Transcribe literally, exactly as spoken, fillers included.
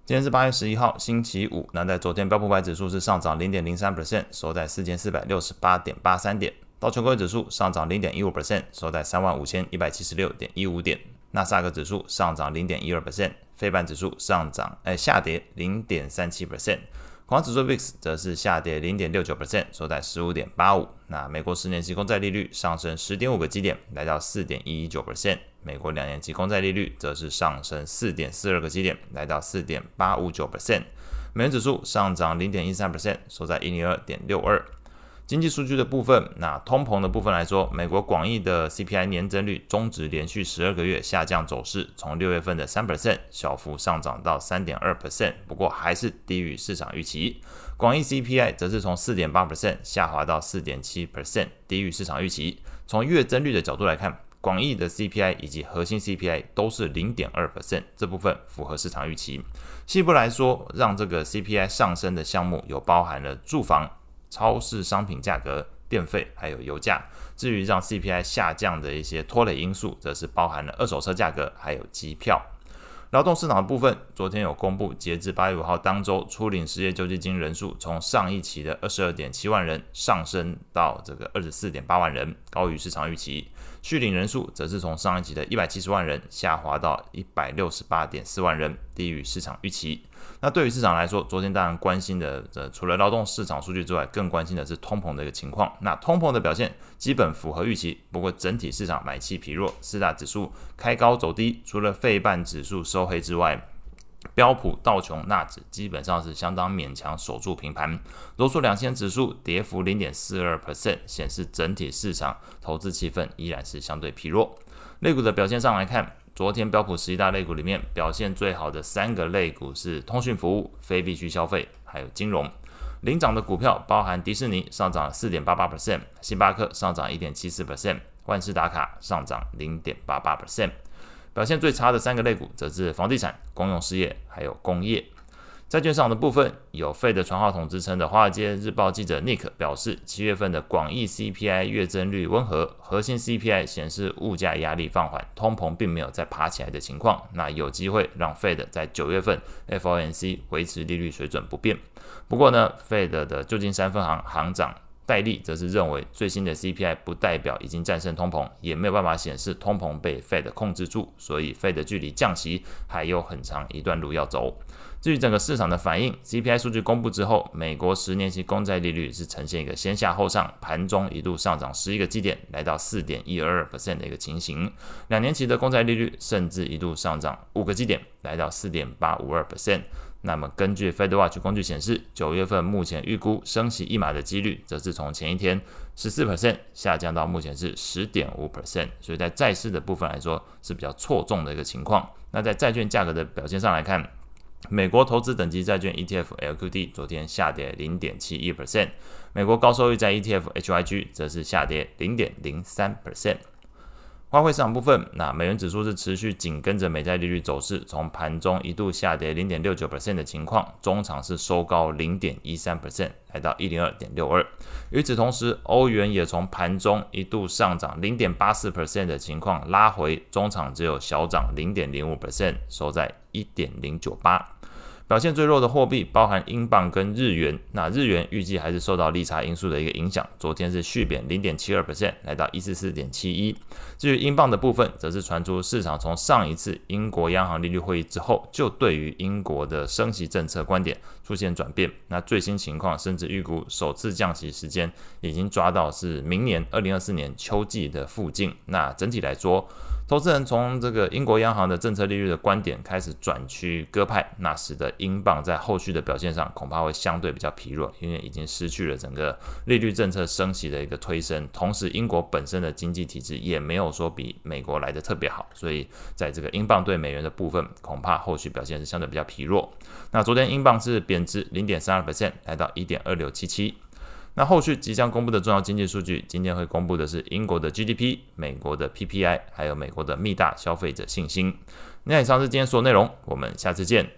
今天是八月十一号，星期五。那在昨天，标普五百指数是上涨 百分之零点零三， 收在 四千四百六十八点八三 点。道琼工业指数上涨 零点一五， 收在 三万五千一百七十六点一五 点。纳斯达克指数上涨 零点一二， 费半指数上涨、哎、下跌 零点三七。恐慌指数 V I X 则是下跌 零点六九， 收在 十五点八五。那美国十年期公债利率上升 十点五个基点，来到 四点一一九。美国两年期公债利率则是上升 四点四二个基点，来到 四点八五九。美元指数上涨 零点一三， 收在 一零二点六二。经济数据的部分，那通膨的部分来说，美国广义的 C P I 年增率终止连续十二个月下降走势，从六月份的 百分之三 小幅上涨到 百分之三点二， 不过还是低于市场预期。广义 C P I 则是从 百分之四点八 下滑到 百分之四点七， 低于市场预期。从月增率的角度来看，广义的 C P I 以及核心 C P I 都是 百分之零点二， 这部分符合市场预期。细部来说，让这个 C P I 上升的项目有包含了住房、超市商品价格、电费还有油价。至于让 C P I 下降的一些拖累因素，则是包含了二手车价格还有机票。劳动市场的部分，昨天有公布，截至八月五号当周初领失业救济金人数从上一期的 二十二点七万人上升到这个 二十四点八万人，高于市场预期。续领人数则是从上一期的一百七十万人下滑到一百六十八点四万人，低于市场预期。那对于市场来说，昨天当然关心的、呃、除了劳动市场数据之外，更关心的是通膨的一个情况。那通膨的表现基本符合预期，不过整体市场买气疲弱，四大指数开高走低，除了费半指数收黑之外，标普、道琼、纳指基本上是相当勉强守住平盘。罗素两千指数跌幅 零点四二， 显示整体市场投资气氛依然是相对疲弱。类股的表现上来看，昨天标普十一大类股里面表现最好的三个类股是通讯服务、非必需消费还有金融。领涨的股票包含迪士尼上涨 四点八八， 星巴克上涨 一点七四， 万事达卡上涨 零点八八。表现最差的三个类股则是房地产、公用事业还有工业。债券市场的部分，有 Fed 传话筒之称的华尔街日报记者 Nick 表示，七月份的广义 C P I 月增率温和，核心 C P I 显示物价压力放缓，通膨并没有再爬起来的情况，那有机会让 Fed 在九月份 F O M C 维持利率水准不变。不过呢 Fed 的旧金山分行行长戴利则是认为，最新的 C P I 不代表已经战胜通膨，也没有办法显示通膨被 Fed 控制住，所以 Fed 距离降息还有很长一段路要走。至于整个市场的反应， C P I 数据公布之后，美国十年期公债利率是呈现一个先下后上，盘中一度上涨十一个基点，来到 四点一二 的一个情形。两年期的公债利率甚至一度上涨五个基点，来到 四点八五二。那么根据 FedWatch 工具显示，九月份目前预估升息一码的几率，则是从前一天 百分之十四 下降到目前是 百分之十点五， 所以在债市的部分来说是比较错重的一个情况。那在债券价格的表现上来看，美国投资等级债券 E T F L Q D 昨天下跌 零点七一， 美国高收益债 E T F H Y G 则是下跌 零点零三。外汇市场部分，那美元指数是持续紧跟着美债利率走势，从盘中一度下跌 零点六九 的情况，中场是收高 零点一三， 来到 一零二点六二。与此同时，欧元也从盘中一度上涨 零点八四 的情况拉回，中场只有小涨 零点零五， 收在 一点零九八。表现最弱的货币包含英镑跟日元，那日元预计还是受到利差因素的一个影响，昨天是续贬 零点七二， 来到 一百四十四点七一。至于英镑的部分，则是传出市场从上一次英国央行利率会议之后，就对于英国的升息政策观点出现转变，那最新情况甚至预估首次降息时间已经抓到是明年二零二四年秋季的附近。那整体来说，投资人从这个英国央行的政策利率的观点开始转趋鸽派，那使得英镑在后续的表现上恐怕会相对比较疲弱，因为已经失去了整个利率政策升息的一个推升，同时英国本身的经济体制也没有说比美国来的特别好，所以在这个英镑对美元的部分，恐怕后续表现是相对比较疲弱。那昨天英镑是贬值 零点三二， 来到 一点二六七七。那后续即将公布的重要经济数据，今天会公布的是英国的 G D P、美国的 P P I， 还有美国的密大消费者信心。那以上是今天所有内容，我们下次见。